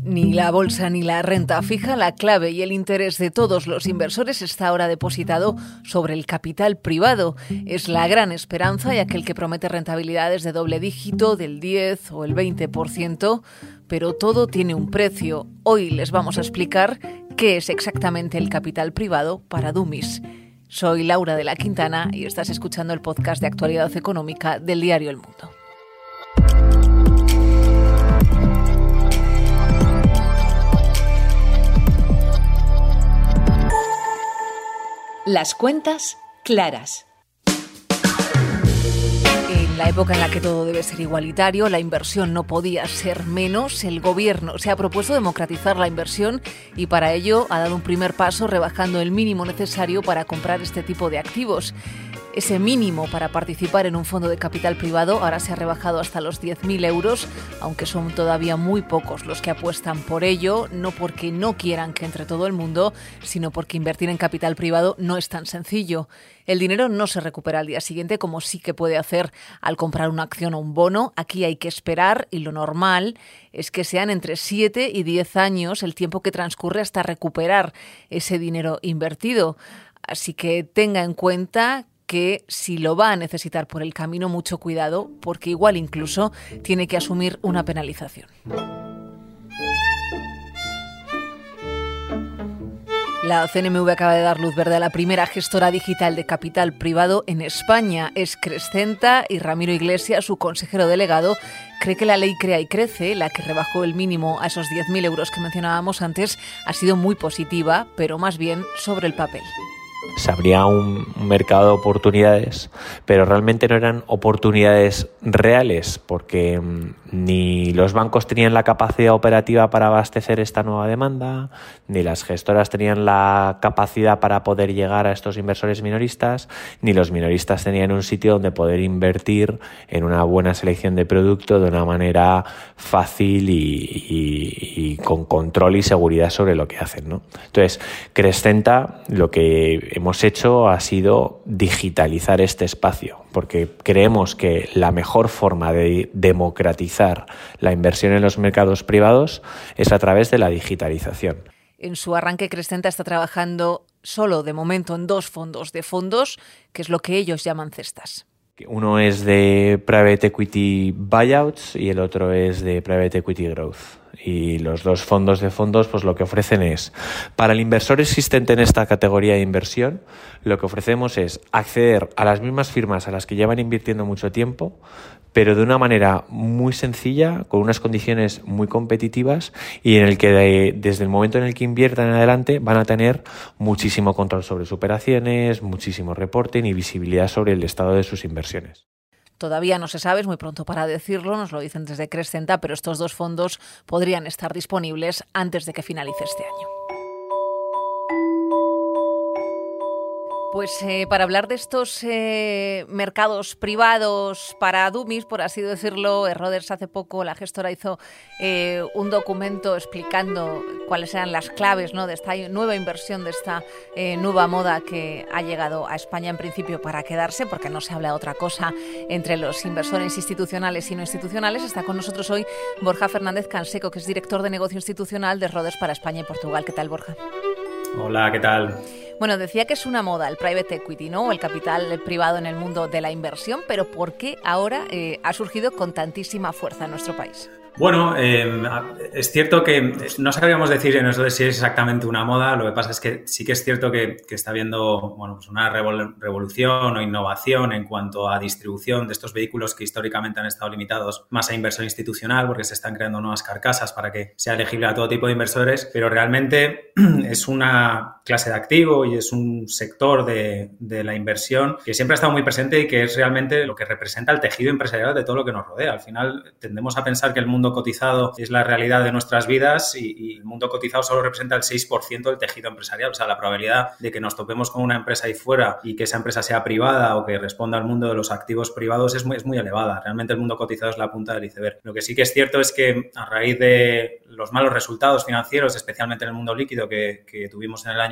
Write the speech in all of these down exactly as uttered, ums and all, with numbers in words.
Ni la bolsa ni la renta fija, la clave y el interés de todos los inversores está ahora depositado sobre el capital privado. Es la gran esperanza y aquel que promete rentabilidades de doble dígito, del diez o el veinte por ciento, pero todo tiene un precio. Hoy les vamos a explicar qué es exactamente el capital privado para dummies. Soy Laura de la Quintana y estás escuchando el podcast de actualidad económica del diario El Mundo. Las cuentas claras. En la época en la que todo debe ser igualitario, la inversión no podía ser menos. El gobierno se ha propuesto democratizar la inversión y para ello ha dado un primer paso rebajando el mínimo necesario para comprar este tipo de activos. Ese mínimo para participar en un fondo de capital privado ahora se ha rebajado hasta los diez mil euros, aunque son todavía muy pocos los que apuestan por ello, no porque no quieran que entre todo el mundo, sino porque invertir en capital privado no es tan sencillo. El dinero no se recupera al día siguiente como sí que puede hacer al comprar una acción o un bono. Aquí hay que esperar y lo normal es que sean entre siete y diez años el tiempo que transcurre hasta recuperar ese dinero invertido. Así que tenga en cuenta que si lo va a necesitar por el camino, mucho cuidado, porque igual incluso tiene que asumir una penalización. La C N M V acaba de dar luz verde a la primera gestora digital de capital privado en España. Es Crescenta y Ramiro Iglesias, su consejero delegado, cree que la ley Crea y Crece, la que rebajó el mínimo a esos diez mil euros que mencionábamos antes, ha sido muy positiva, pero más bien sobre el papel. Se abría un, un mercado de oportunidades, pero realmente no eran oportunidades reales porque mmm, ni los bancos tenían la capacidad operativa para abastecer esta nueva demanda, ni las gestoras tenían la capacidad para poder llegar a estos inversores minoristas, ni los minoristas tenían un sitio donde poder invertir en una buena selección de producto de una manera fácil y, y, y con control y seguridad sobre lo que hacen, ¿no? Entonces, Crescenta lo que hemos hecho ha sido digitalizar este espacio, porque creemos que la mejor forma de democratizar la inversión en los mercados privados es a través de la digitalización. En su arranque, Crescenta está trabajando solo de momento en dos fondos de fondos, que es lo que ellos llaman cestas. Uno es de Private Equity Buyouts y el otro es de Private Equity Growth. Y los dos fondos de fondos pues lo que ofrecen es, para el inversor existente en esta categoría de inversión, lo que ofrecemos es acceder a las mismas firmas a las que llevan invirtiendo mucho tiempo, pero de una manera muy sencilla, con unas condiciones muy competitivas y en el que de, desde el momento en el que inviertan en adelante van a tener muchísimo control sobre sus operaciones, muchísimo reporting y visibilidad sobre el estado de sus inversiones. Todavía no se sabe, es muy pronto para decirlo, nos lo dicen desde Crescenta, pero estos dos fondos podrían estar disponibles antes de que finalice este año. Pues eh, para hablar de estos eh, mercados privados para dummies, por así decirlo, Roders hace poco, la gestora hizo eh, un documento explicando cuáles eran las claves, ¿no?, de esta nueva inversión, de esta eh, nueva moda que ha llegado a España en principio para quedarse, porque no se habla de otra cosa entre los inversores institucionales y no institucionales. Está con nosotros hoy Borja Fernández Canseco, que es director de negocio institucional de Roders para España y Portugal. ¿Qué tal, Borja? Hola, ¿qué tal? Bueno, decía que es una moda el private equity, ¿no? O el capital privado en el mundo de la inversión, pero ¿por qué ahora eh, ha surgido con tantísima fuerza en nuestro país? Bueno, eh, es cierto que no sabríamos decir en eso de si es exactamente una moda. Lo que pasa es que sí que es cierto que, que está habiendo, bueno, pues una revolución o innovación en cuanto a distribución de estos vehículos que históricamente han estado limitados más a inversión institucional, porque se están creando nuevas carcasas para que sea elegible a todo tipo de inversores, pero realmente es una clase de activo y es un sector de, de la inversión que siempre ha estado muy presente y que es realmente lo que representa el tejido empresarial de todo lo que nos rodea. Al final tendemos a pensar que el mundo cotizado es la realidad de nuestras vidas y, y el mundo cotizado solo representa el seis por ciento del tejido empresarial. O sea, la probabilidad de que nos topemos con una empresa ahí fuera y que esa empresa sea privada o que responda al mundo de los activos privados es muy, es muy elevada. Realmente el mundo cotizado es la punta del iceberg. Lo que sí que es cierto es que a raíz de los malos resultados financieros, especialmente en el mundo líquido que, que tuvimos en el año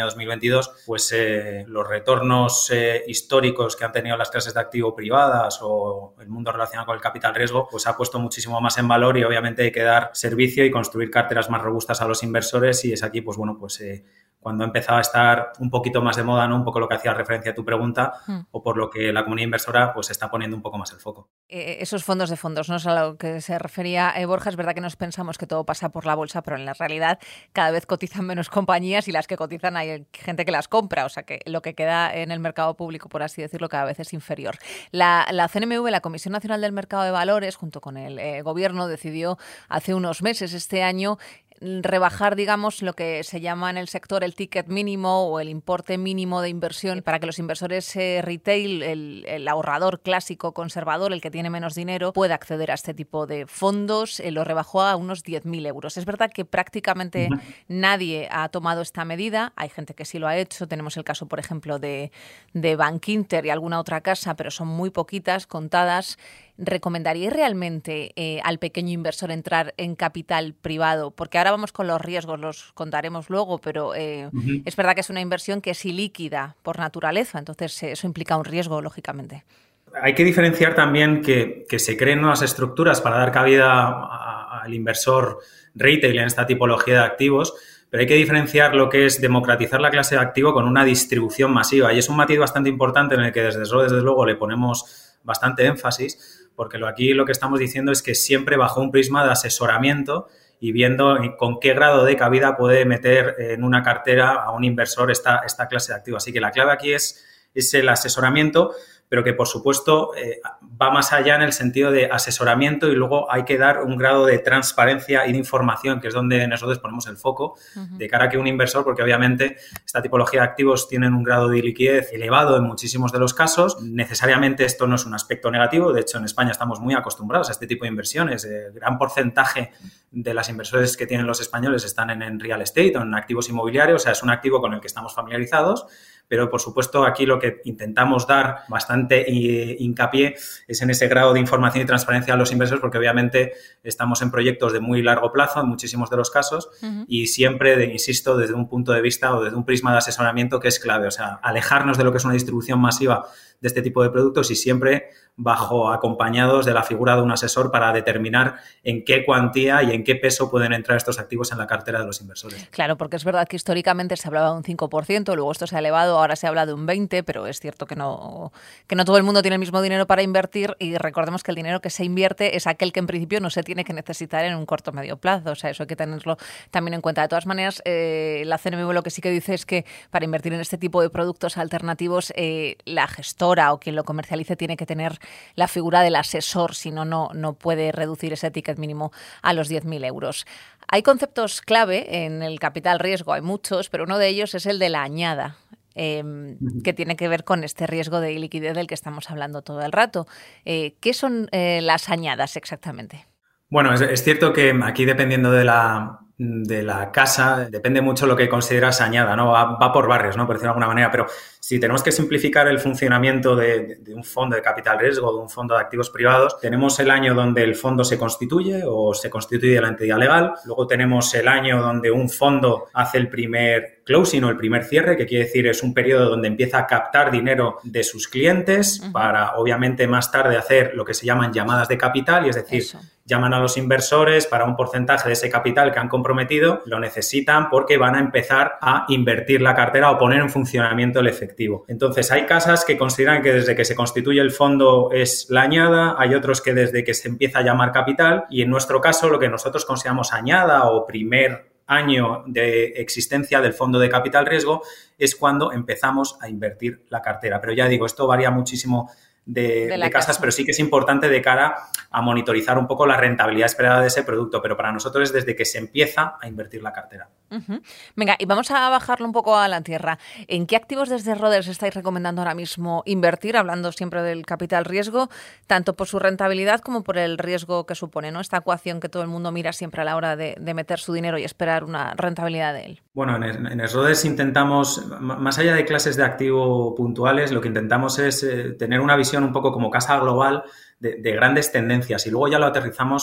año dos mil veintidós, pues eh, los retornos eh, históricos que han tenido las clases de activo privadas o el mundo relacionado con el capital riesgo, pues ha puesto muchísimo más en valor y obviamente hay que dar servicio y construir carteras más robustas a los inversores y es aquí, pues bueno, pues eh, cuando ha empezado a estar un poquito más de moda, ¿no? Un poco lo que hacía referencia a tu pregunta, mm. o por lo que la comunidad inversora pues está poniendo un poco más el foco. Eh, esos fondos de fondos, no es a lo que se refería eh, Borja. Es verdad que nos pensamos que todo pasa por la bolsa, pero en la realidad cada vez cotizan menos compañías y las que cotizan hay gente que las compra, o sea que lo que queda en el mercado público, por así decirlo, cada vez es inferior. La, la C N M V, la Comisión Nacional del Mercado de Valores, junto con el eh, Gobierno, decidió hace unos meses, este año, rebajar, digamos, lo que se llama en el sector el ticket mínimo o el importe mínimo de inversión para que los inversores eh, retail, el, el ahorrador clásico conservador, el que tiene menos dinero, pueda acceder a este tipo de fondos. Eh, lo rebajó a unos diez mil euros. Es verdad que prácticamente uh-huh. nadie ha tomado esta medida. Hay gente que sí lo ha hecho. Tenemos el caso, por ejemplo, de, de Bankinter y alguna otra casa, pero son muy poquitas, contadas. ¿Recomendaríais realmente eh, al pequeño inversor entrar en capital privado? Porque ahora vamos con los riesgos, los contaremos luego, pero eh, uh-huh. es verdad que es una inversión que es ilíquida por naturaleza, entonces eh, eso implica un riesgo, lógicamente. Hay que diferenciar también que, que se creen nuevas estructuras para dar cabida al inversor retail en esta tipología de activos, pero hay que diferenciar lo que es democratizar la clase de activo con una distribución masiva. Y es un matiz bastante importante en el que desde, desde luego le ponemos bastante énfasis, porque lo, aquí lo que estamos diciendo es que siempre bajo un prisma de asesoramiento y viendo con qué grado de cabida puede meter en una cartera a un inversor esta, esta clase de activo. Así que la clave aquí es, es el asesoramiento, pero que, por supuesto, eh, va más allá en el sentido de asesoramiento y luego hay que dar un grado de transparencia y de información, que es donde nosotros ponemos el foco, uh-huh. de cara a que un inversor, porque obviamente esta tipología de activos tienen un grado de liquidez elevado en muchísimos de los casos. Necesariamente esto no es un aspecto negativo. De hecho, en España estamos muy acostumbrados a este tipo de inversiones. El gran porcentaje de las inversores que tienen los españoles están en, en real estate o en activos inmobiliarios. O sea, es un activo con el que estamos familiarizados. Pero, por supuesto, aquí lo que intentamos dar bastante hincapié es en ese grado de información y transparencia a los inversores, porque obviamente estamos en proyectos de muy largo plazo en muchísimos de los casos uh-huh. y siempre, de, insisto, desde un punto de vista o desde un prisma de asesoramiento que es clave. O sea, alejarnos de lo que es una distribución masiva de este tipo de productos y siempre bajo acompañados de la figura de un asesor para determinar en qué cuantía y en qué peso pueden entrar estos activos en la cartera de los inversores. Claro, porque es verdad que históricamente se hablaba de un cinco por ciento, luego esto se ha elevado, ahora se habla de un veinte por ciento, pero es cierto que no, que no todo el mundo tiene el mismo dinero para invertir y recordemos que el dinero que se invierte es aquel que en principio no se tiene que necesitar en un corto o medio plazo, o sea, eso hay que tenerlo también en cuenta. De todas maneras, eh, la C N M V lo que sí que dice es que para invertir en este tipo de productos alternativos, eh, la gestora o quien lo comercialice tiene que tener la figura del asesor, si no, no puede reducir ese ticket mínimo a los diez mil euros. Hay conceptos clave en el capital riesgo, hay muchos, pero uno de ellos es el de la añada, eh, que tiene que ver con este riesgo de liquidez del que estamos hablando todo el rato. Eh, ¿Qué son eh, las añadas exactamente? Bueno, es, es cierto que aquí, dependiendo de la... de la casa, depende mucho lo que consideras añada, ¿no? Va, va por barrios, ¿no? Por decirlo de alguna manera, pero si tenemos que simplificar el funcionamiento de, de un fondo de capital riesgo, de un fondo de activos privados, tenemos el año donde el fondo se constituye o se constituye la entidad legal, luego tenemos el año donde un fondo hace el primer closing o el primer cierre, que quiere decir es un periodo donde empieza a captar dinero de sus clientes uh-huh. para, obviamente, más tarde hacer lo que se llaman llamadas de capital, y es decir, Eso. llaman a los inversores para un porcentaje de ese capital que han comprometido, lo necesitan porque van a empezar a invertir la cartera o poner en funcionamiento el efectivo. Entonces, hay casas que consideran que desde que se constituye el fondo es la añada, hay otros que desde que se empieza a llamar capital, y en nuestro caso lo que nosotros consideramos añada o primer año de existencia del fondo de capital riesgo es cuando empezamos a invertir la cartera. Pero ya digo, esto varía muchísimo de, de, de casas, casa. Pero sí que es importante de cara a monitorizar un poco la rentabilidad esperada de ese producto, pero para nosotros es desde que se empieza a invertir la cartera. Uh-huh. Venga, y vamos a bajarlo un poco a la tierra. ¿En qué activos desde Roders estáis recomendando ahora mismo invertir, hablando siempre del capital riesgo, tanto por su rentabilidad como por el riesgo que supone, ¿no? Esta ecuación que todo el mundo mira siempre a la hora de, de meter su dinero y esperar una rentabilidad de él? Bueno, en, en Roders intentamos, más allá de clases de activo puntuales, lo que intentamos es eh, tener una visión un poco como casa global de, de grandes tendencias y luego ya lo aterrizamos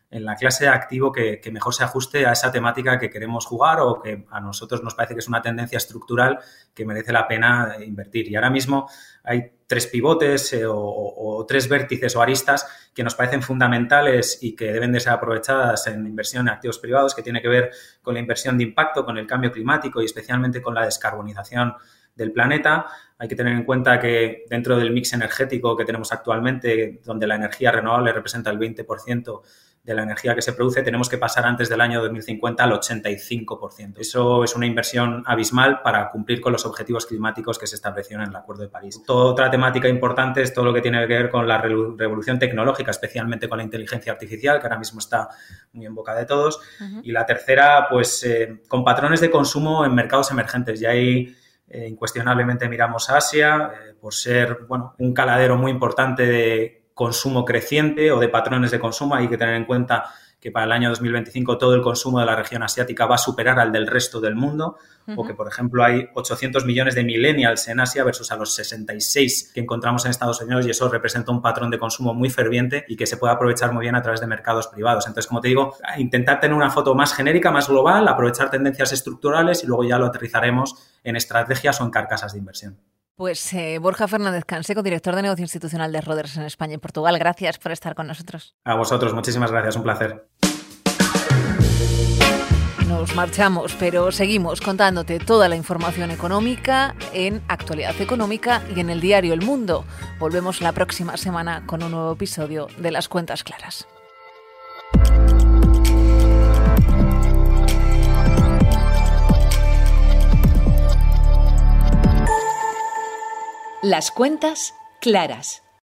en la clase de activo que, que mejor se ajuste a esa temática que queremos jugar o que a nosotros nos parece que es una tendencia estructural que merece la pena invertir. Y ahora mismo hay tres pivotes eh, o, o tres vértices o aristas que nos parecen fundamentales y que deben de ser aprovechadas en inversión en activos privados, que tiene que ver con la inversión de impacto, con el cambio climático y especialmente con la descarbonización del planeta. Hay que tener en cuenta que dentro del mix energético que tenemos actualmente, donde la energía renovable representa el veinte por ciento de la energía que se produce, tenemos que pasar antes del año dos mil cincuenta al ochenta y cinco por ciento. Eso es una inversión abismal para cumplir con los objetivos climáticos que se establecieron en el Acuerdo de París. Toda otra temática importante es todo lo que tiene que ver con la revolución tecnológica, especialmente con la inteligencia artificial, que ahora mismo está muy en boca de todos. Uh-huh. Y la tercera, pues, eh, con patrones de consumo en mercados emergentes. Y ahí eh, incuestionablemente miramos a Asia, eh, por ser, bueno, un caladero muy importante de consumo creciente o de patrones de consumo. Hay que tener en cuenta que para el año dos mil veinticinco todo el consumo de la región asiática va a superar al del resto del mundo, uh-huh. o que, por ejemplo, hay ochocientos millones de millennials en Asia versus a los sesenta y seis que encontramos en Estados Unidos, y eso representa un patrón de consumo muy ferviente y que se puede aprovechar muy bien a través de mercados privados. Entonces, como te digo, intentar tener una foto más genérica, más global, aprovechar tendencias estructurales y luego ya lo aterrizaremos en estrategias o en carcasas de inversión. Pues eh, Borja Fernández Canseco, director de negocio institucional de Roders en España y Portugal. Gracias por estar con nosotros. A vosotros, muchísimas gracias, un placer. Nos marchamos, pero seguimos contándote toda la información económica en Actualidad Económica y en el diario El Mundo. Volvemos la próxima semana con un nuevo episodio de Las Cuentas Claras. Las Cuentas Claras.